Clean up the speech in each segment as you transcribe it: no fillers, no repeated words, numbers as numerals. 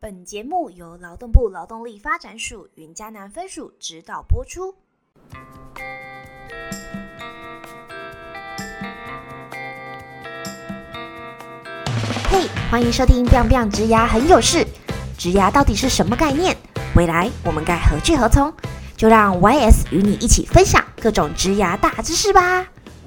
本节目由劳动部劳动力发展署云嘉南分署指导播出。嘿，欢迎收听 Biang Biang 职涯很有事。职涯到底是什么概念？未来我们该何去何从？就让 YS 与你一起分享各种职涯大知识吧。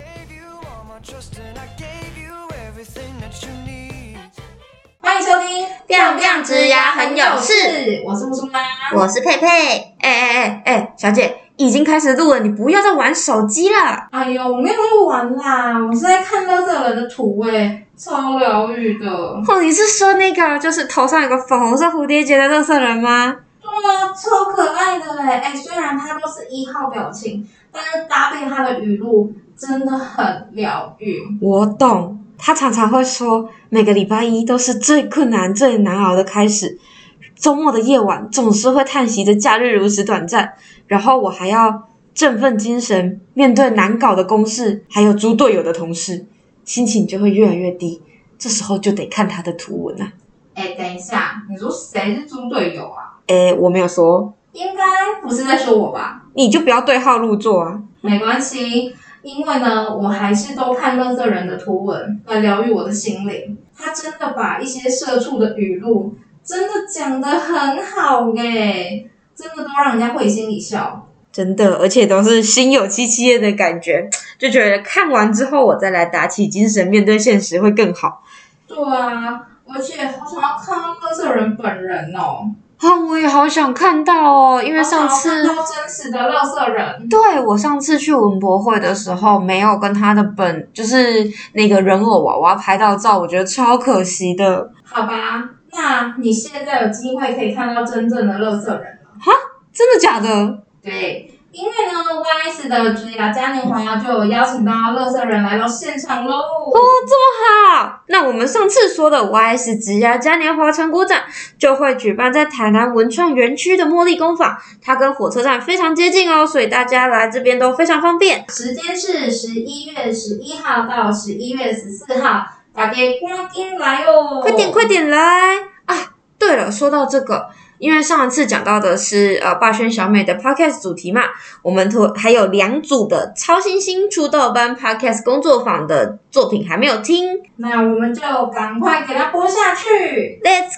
欢迎收听 Biang Biang 职涯很有事， 我是木苏妈， 我是佩佩。小姐，已经开始录了，你不要再玩手机了。 哎呦，我没有录完啦，我是在看垃圾人的图超疗愈的。 哦，你是说那个就是头上有个粉红色蝴蝶结的垃圾人吗？ 对啊，超可爱的虽然他都是1号表情，但是搭配他的语录真的很疗愈。 我懂，他常常会说每个礼拜一都是最困难最难熬的开始，周末的夜晚总是会叹息着假日如此短暂，然后我还要振奋精神面对难搞的公事还有猪队友的同事，心情就会越来越低，这时候就得看他的图文啊。 等一下，你说谁是猪队友啊？ 我没有说。 应该不是在说我吧？ 你就不要对号入座啊。 没关系，因为呢，我还是都看垃圾人的图文来疗愈我的心灵。他真的把一些社畜的语录真的讲得很好真的都让人家会心一笑。 真的，而且都是心有戚戚焉的感觉，就觉得看完之后我再来打起精神面对现实会更好。 对啊，而且好想要看到垃圾人本人哦。 我也好想看到哦，因为上次看到真实的垃圾人。 对，我上次去文博会的时候没有跟他的就是那个人偶娃娃拍到照，我觉得超可惜的。 好吧，那你现在有机会可以看到真正的垃圾人了。 哈？真的假的？ 对，因为呢 YS 的职涯嘉年华就有邀请到垃圾人来到现场咯。 哦，这么好！那我们上次说的 YS 职涯嘉年华成果展就会举办在台南文创园区的茉莉工坊，它跟火车站非常接近哦，所以大家来这边都非常方便。 时间是11月11号到11月14号，大家赶紧来哦！ 快点来啊！对了，说到这个，因为上一次讲到的是霸轩小美的 podcast 主题嘛，我们还有2组的超新星出道班 podcast 工作坊的作品还没有听， 那我们就赶快给它播下去。 Let's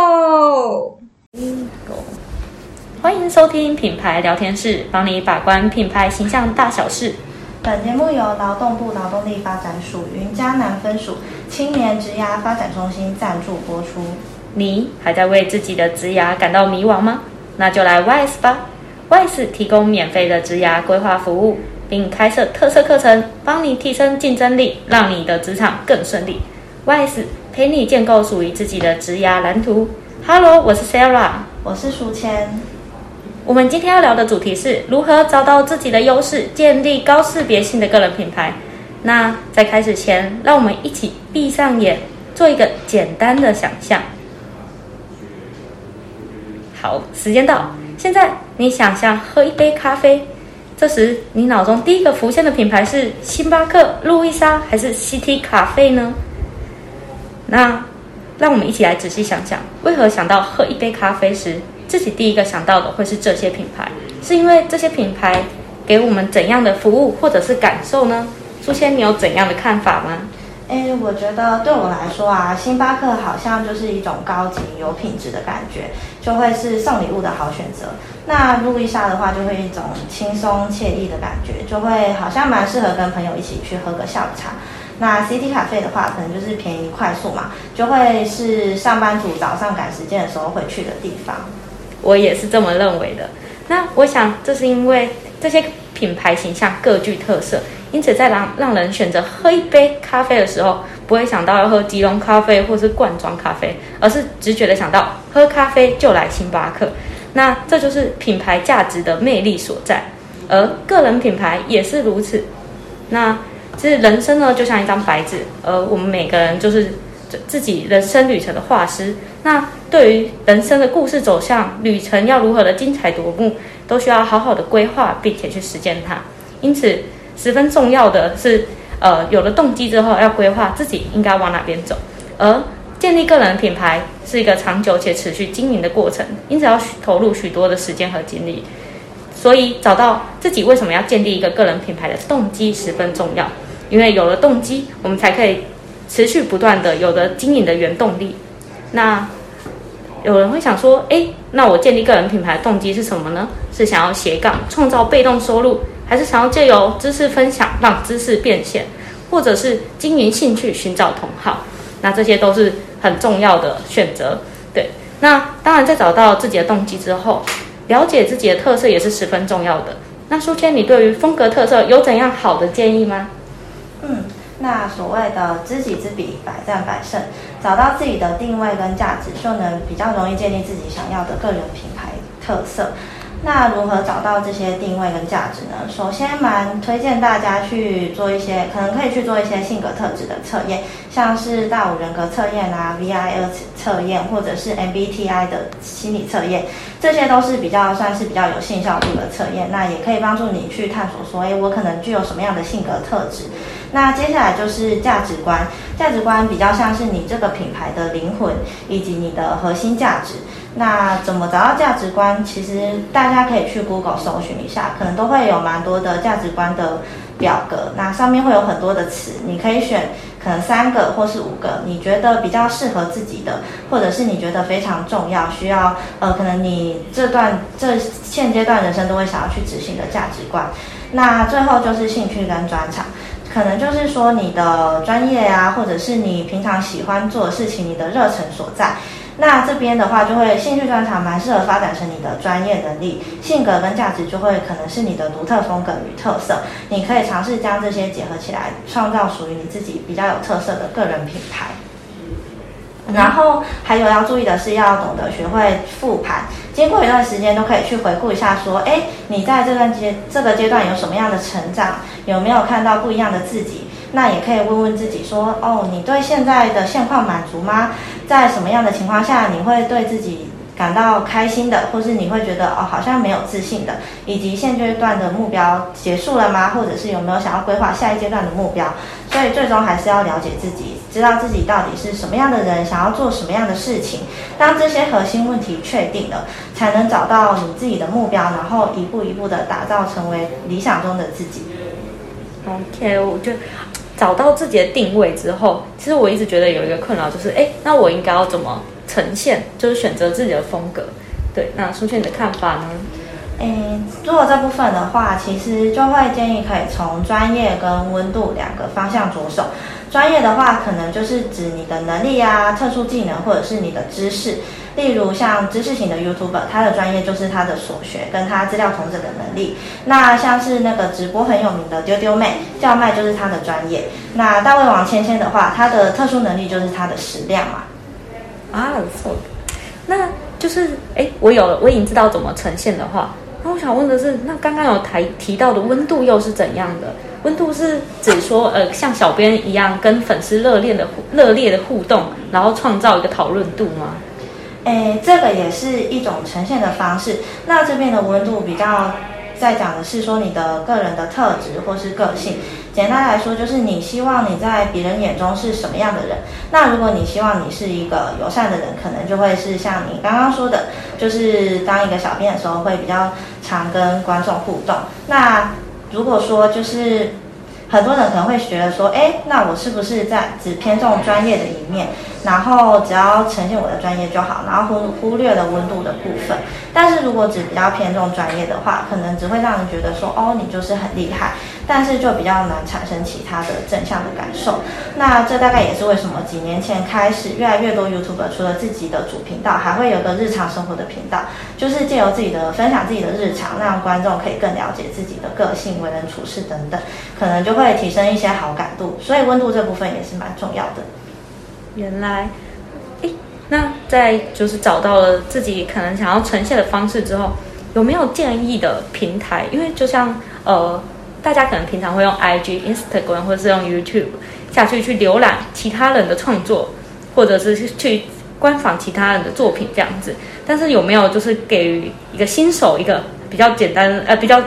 go！ 欢迎收听品牌聊天室，帮你把关品牌形象大小事。 本节目由劳动部劳动力发展署云嘉南分署青年职涯发展中心赞助播出。 你还在为自己的职涯感到迷惘吗？那就来 YS 吧。YS 提供免费的职涯规划服务，并开设特色课程，帮你提升竞争力，让你的职场更顺利。YS 陪你建构属于自己的职涯蓝图。Hello， 我是 Sarah， 我是淑谦。 我们今天要聊的主题是如何找到自己的优势，建立高识别性的个人品牌。那在开始前，让我们一起闭上眼，做一个简单的想象。好，时间到。现在你想象喝一杯咖啡，这时你脑中第一个浮现的品牌是星巴克、路易莎还是 City 咖啡呢？那让我们一起来仔细想想，为何想到喝一杯咖啡时，自己第一个想到的会是这些品牌？是因为这些品牌给我们怎样的服务或者是感受呢？淑谦，你有怎样的看法吗？ 我觉得对我来说啊，星巴克好像就是一种高级有品质的感觉，就会是送礼物的好选择。那路易莎的话，就会一种轻松惬意的感觉，就会好像蛮适合跟朋友一起去喝个下午茶。那 City 咖啡的话，可能就是便宜快速嘛，就会是上班族早上赶时间的时候会去的地方。 我也是这么认为的。那我想这是因为这些品牌形象各具特色，因此在让人选择喝一杯咖啡的时候，不会想到要喝即溶咖啡或是罐装咖啡，而是直觉的想到喝咖啡就来星巴克。那这就是品牌价值的魅力所在，而个人品牌也是如此。那其实人生呢，就像一张白纸，而我们每个人就是自己人生旅程的画师。那对于人生的故事走向、旅程要如何的精彩夺目，都需要好好的规划，并且去实践它。因此，十分重要的是，有了动机之后，要规划自己应该往哪边走。而建立个人品牌是一个长久且持续经营的过程，因此要投入许多的时间和精力。所以找到自己为什么要建立一个个人品牌的动机十分重要，因为有了动机，我们才可以持续不断的有了经营的原动力。那有人会想说，那我建立个人品牌的动机是什么呢？是想要斜杠创造被动收入，还是想要借由知识分享让知识变现，或者是经营兴趣寻找同好？那这些都是很重要的选择。对，那当然在找到自己的动机之后，了解自己的特色也是十分重要的。那淑谦，你对于风格特色有怎样好的建议吗？ 那所谓的知己知彼，百战百胜，找到自己的定位跟价值，就能比较容易建立自己想要的个人品牌特色。那如何找到这些定位跟价值呢？首先蛮推荐大家去做一些，可能可以去做一些性格特质的测验，像是大5人格测验啊、VIL 测验，或者是 MBTI 的心理测验，这些都是算是比较有信效度的测验。那也可以帮助你去探索说，我可能具有什么样的性格特质。那接下来就是价值观，价值观比较像是你这个品牌的灵魂以及你的核心价值。那怎么找到价值观？其实大家可以去 Google 搜寻一下，可能都会有蛮多的价值观的表格，那上面会有很多的词，你可以选可能3个或是5个，你觉得比较适合自己的，或者是你觉得非常重要，需要可能你这现阶段人生都会想要去执行的价值观。那最后就是兴趣跟专长。可能就是说你的专业啊，或者是你平常喜欢做的事情，你的热忱所在。那这边的话，就会兴趣专长蛮适合发展成你的专业能力，性格跟价值就会可能是你的独特风格与特色。你可以尝试将这些结合起来，创造属于你自己比较有特色的个人品牌。然后还有要注意的是，要懂得学会复盘，经过一段时间都可以去回顾一下说，你在这个阶段有什么样的成长，有没有看到不一样的自己。那也可以问问自己说，你对现在的现况满足吗？在什么样的情况下你会对自己感到开心的，或是你会觉得好像没有自信的，以及现阶段的目标结束了吗？或者是有没有想要规划下一阶段的目标？所以最终还是要了解自己，知道自己到底是什么样的人，想要做什么样的事情。当这些核心问题确定了，才能找到你自己的目标，然后一步一步的打造成为理想中的自己。 OK， 我觉得找到自己的定位之后，其实我一直觉得有一个困扰，就是那我应该要怎么呈现，就是选择自己的风格。对，那淑谦你的看法呢？ 如果这部分的话，其实就会建议可以从专业跟温度2个方向着手。专业的话，可能就是指你的能力啊、特殊技能或者是你的知识。例如像知识型的 YouTuber， 他的专业就是他的所学跟他资料统整的能力。那像是那个直播很有名的丢丢妹、叫卖就是他的专业。那大胃王芊芊的话，他的特殊能力就是他的食量嘛。 那就是我已经知道怎么呈现的话，那我想问的是，那刚刚有提到的温度又是怎样的？温度是指说像小编一样跟粉丝热烈的互动，然后创造一个讨论度吗？ 这个也是一种呈现的方式。那这边的温度比较在讲的是说你的个人的特质或是个性。简单来说，就是你希望你在别人眼中是什么样的人。那如果你希望你是一个友善的人，可能就会是像你刚刚说的，就是当一个小编的时候会比较常跟观众互动。那如果说就是很多人可能会觉得说，那我是不是只偏重专业的一面，然后只要呈现我的专业就好，然后忽略了温度的部分。但是如果只比较偏重专业的话，可能只会让人觉得说，你就是很厉害，但是就比较难产生其他的正向的感受。那这大概也是为什么几年前开始，越来越多 YouTuber 除了自己的主频道，还会有个日常生活的频道，就是借由自己的分享自己的日常，让观众可以更了解自己的个性、为人处事等等，可能就会提升一些好感度。所以温度这部分也是蛮重要的。 原来，那在就是找到了自己可能想要呈现的方式之后，有没有建议的平台？因为就像大家可能平常会用 IG、Instagram 或者是用 YouTube 下去浏览其他人的创作，或者是去观访其他人的作品这样子。但是有没有就是给予一个新手一个比较简单比较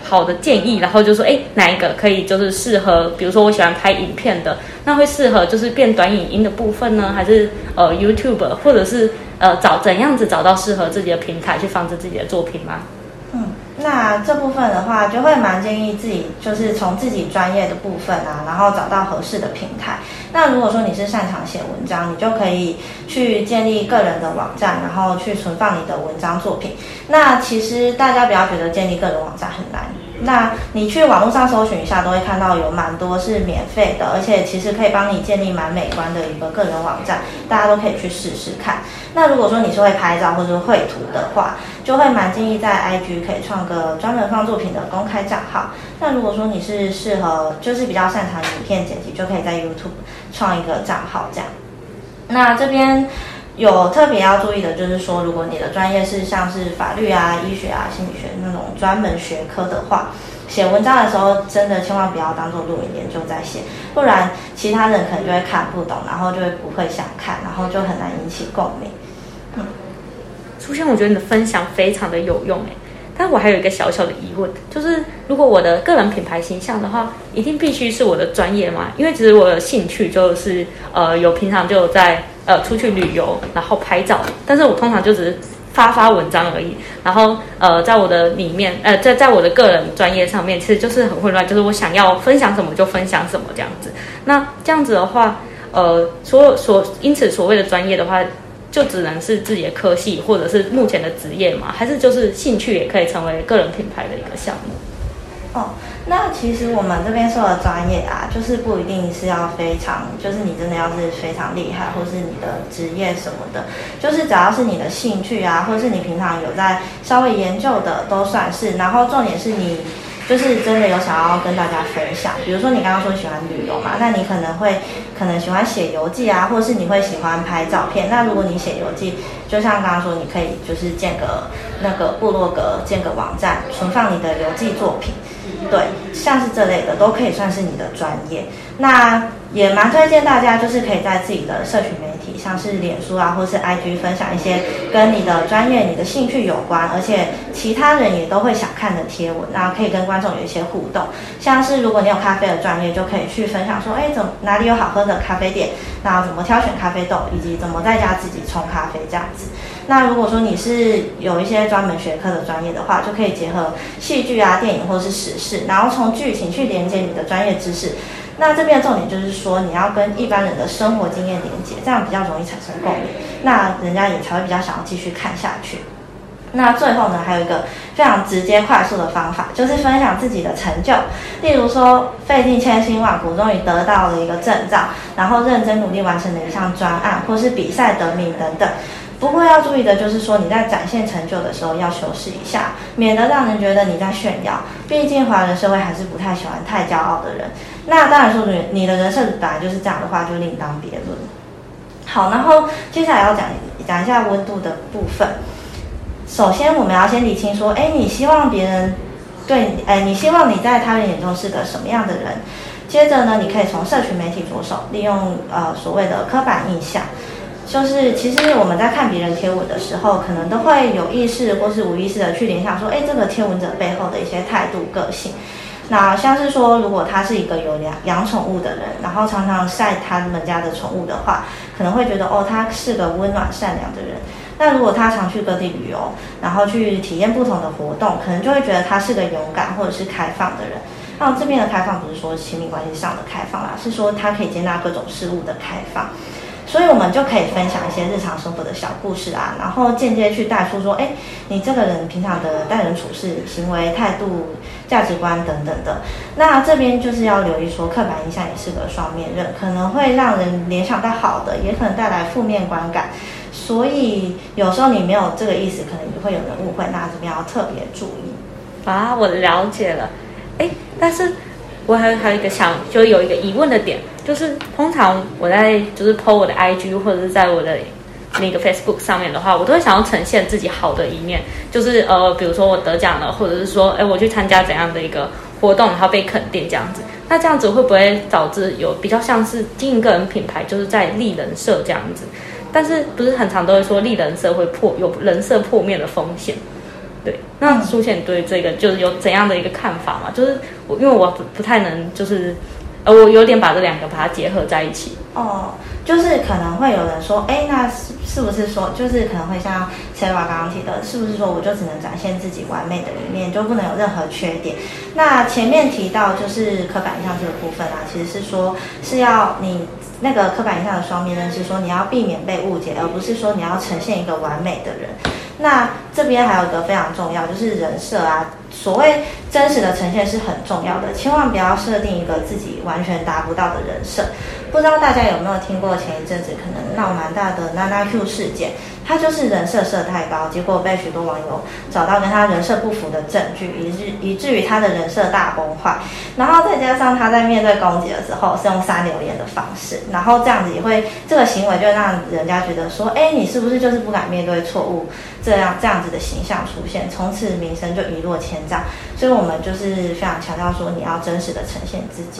好的建议，然后就说哪一个可以就是适合，比如说我喜欢拍影片的，那会适合就是变短影音的部分呢，还是YouTube， 或者是怎样子找到适合自己的平台去放置自己的作品吗？ 那这部分的话，就会蛮建议自己就是从自己专业的部分啊，然后找到合适的平台。那如果说你是擅长写文章，你就可以去建立个人的网站，然后去存放你的文章作品。那其实大家不要觉得建立个人网站很难，那你去网络上搜寻一下，都会看到有蛮多是免费的，而且其实可以帮你建立蛮美观的一个个人网站，大家都可以去试试看。那如果说你是会拍照或者是绘图的话，就会蛮建议在 IG 可以创个专门放作品的公开账号。那如果说你是适合就是比较擅长影片剪辑，就可以在 YouTube 创一个账号这样。那这边有特别要注意的就是说，如果你的专业是像是法律啊、医学啊、心理学那种专门学科的话，写文章的时候真的千万不要当做录影研究在写，不然其他人可能就会看不懂，然后就会不会想看，然后就很难引起共鸣。 书香，我觉得你的分享非常的有用但我还有一个小小的疑问，就是如果我的个人品牌形象的话，一定必须是我的专业吗？因为其实我的兴趣就是有平常就有在出去旅游，然后拍照，但是我通常就只是发文章而已。然后在我的里面在我的个人专业上面，其实就是很混乱，就是我想要分享什么就分享什么这样子。那这样子的话，因此所谓的专业的话，就只能是自己的科系或者是目前的职业吗？还是就是兴趣也可以成为个人品牌的一个项目？ 那其实我们这边说的专业啊，就是不一定是要非常，就是你真的要是非常厉害，或是你的职业什么的，就是只要是你的兴趣啊，或是你平常有在稍微研究的都算是。然后重点是你就是真的有想要跟大家分享，比如说你刚刚说喜欢旅游嘛，那你可能喜欢写游记啊，或是你会喜欢拍照片。那如果你写游记，就像刚刚说，你可以就是建个那个部落格，建个网站，存放你的游记作品。对，像是这类的都可以算是你的专业。那也蛮推荐大家，就是可以在自己的社群媒体，像是脸书啊，或是 IG 分享一些跟你的专业、你的兴趣有关，而且其他人也都会想看的贴文，那可以跟观众有一些互动。像是如果你有咖啡的专业，就可以去分享说，哪里有好喝的咖啡店，那怎么挑选咖啡豆，以及怎么在家自己冲咖啡这样子。那如果说你是有一些专门学科的专业的话，就可以结合戏剧啊、电影或是时事，然后从剧情去连接你的专业知识。那这边的重点就是说，你要跟一般人的生活经验连接，这样比较容易产生共鸣，那人家也才会比较想要继续看下去。那最后呢，还有一个非常直接快速的方法，就是分享自己的成就。例如说，费尽千辛万苦，终于得到了一个证照，然后认真努力完成了一项专案，或是比赛得名等等。不过要注意的就是说，你在展现成就的时候要修饰一下，免得让人觉得你在炫耀。毕竟华人社会还是不太喜欢太骄傲的人。那当然说，你的人设本来就是这样的话，就另当别论。好，然后接下来要讲一下温度的部分。首先，我们要先理清说，你希望别人你希望你在他人眼中是个什么样的人？接着呢，你可以从社群媒体着手，利用所谓的刻板印象。就是其实我们在看别人贴文的时候，可能都会有意识或是无意识的去联想说，这个贴文者背后的一些态度、个性。那像是说，如果他是一个有养宠物的人，然后常常晒他们家的宠物的话，可能会觉得他是个温暖善良的人。那如果他常去各地旅游，然后去体验不同的活动，可能就会觉得他是个勇敢或者是开放的人。那这边的开放不是说亲密关系上的开放啦，是说他可以接纳各种事物的开放。所以我们就可以分享一些日常生活的小故事啊，然后间接去带出说，你这个人平常的待人处事、行为态度、价值观等等的。那这边就是要留意说，刻板印象也是个双面刃，可能会让人联想到好的，也可能带来负面观感。所以有时候你没有这个意思，可能也会有人误会，那这边要特别注意。 我了解了。但是我还有一个就有一个疑问的点，就是通常我在就是 po 我的 IG 或者是在我的那个 Facebook 上面的话，我都会想要呈现自己好的一面，就是比如说我得奖了，或者是说我去参加怎样的一个活动，然后被肯定这样子。那这样子会不会导致有比较像是经营个人品牌，就是在立人设这样子？但是不是很常都会说立人设会有人设破灭的风险？ 对，那苏倩对这个就是有怎样的一个看法吗？就是因为我不太能就是我有点把这两个把它结合在一起。 就是可能会有人说，那是不是说，就是可能会像 Sarah 刚刚提的，是不是说我就只能展现自己完美的一面，就不能有任何缺点？那前面提到就是刻板印象这个部分啊，其实是说是要你那个刻板印象的双面认识，说你要避免被误解，而不是说你要呈现一个完美的人。那这边还有一个非常重要，就是人设啊，所谓真实的呈现是很重要的，千万不要设定一个自己完全达不到的人设。不知道大家有没有听过前一阵子可能闹蛮大的娜娜 Q 事件，他就是人设设太高，结果被许多网友找到跟他人设不符的证据，以至于他的人设大崩坏。然后再加上他在面对攻击的时候是用删留言的方式，然后这样子也会这个行为就让人家觉得说，你是不是就是不敢面对错误？这样子的形象出现，从此名声就一落千丈。所以我们就是非常强调说，你要真实的呈现自己。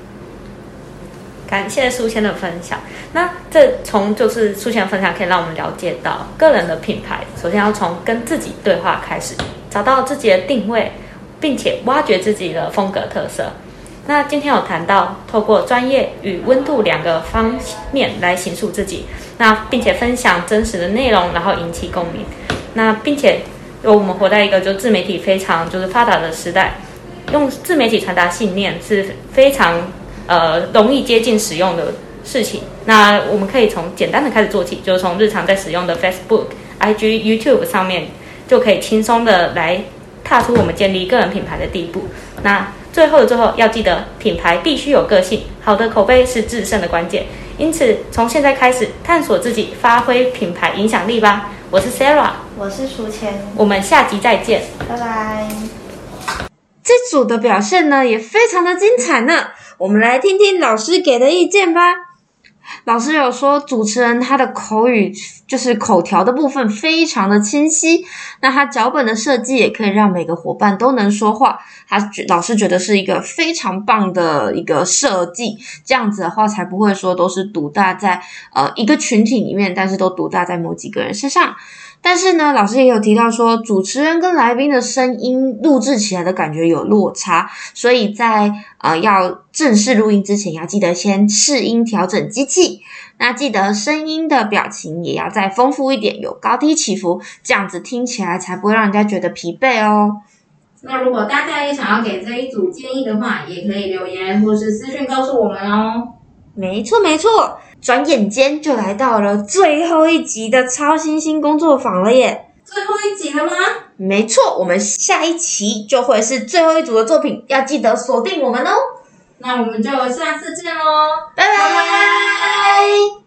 感谢苏倩的分享。那这从就是苏倩的分享可以让我们了解到，个人的品牌首先要从跟自己对话开始，找到自己的定位，并且挖掘自己的风格特色。那今天有谈到透过专业与温度两个方面来形塑自己，那并且分享真实的内容，然后引起共鸣。那并且我们活在一个就自媒体非常就是发达的时代，用自媒体传达信念是非常容易接近使用的事情。那我们可以从简单的开始做起，就是从日常在使用的 Facebook、IG、YouTube 上面，就可以轻松的来踏出我们建立个人品牌的第一步。那最后要记得，品牌必须有个性，好的口碑是制胜的关键。因此，从现在开始探索自己，发挥品牌影响力吧。我是 Sarah， 我是淑谦， 我们下集再见， 拜拜。 这组的表现呢也非常的精彩呢，我们来听听老师给的意见吧。老师有说主持人他的口语就是口条的部分非常的清晰，那他脚本的设计也可以让每个伙伴都能说话，老师觉得是一个非常棒的一个设计，这样子的话才不会说都是独大在一个群体里面，但是都独大在某几个人身上。但是呢，老师也有提到说，主持人跟来宾的声音录制起来的感觉有落差，所以在要正式录音之前，要记得先试音调整机器。那记得声音的表情也要再丰富一点，有高低起伏，这样子听起来才不会让人家觉得疲惫哦。 那如果大家也想要给这一组建议的话，也可以留言或是私讯告诉我们哦。 没错没错，转眼间就来到了最后一集的超新星工作坊了耶！ 最后一集了吗？ 没错，我们下一期就会是最后一组的作品，要记得锁定我们哦。 那我们就下次见咯， 拜拜。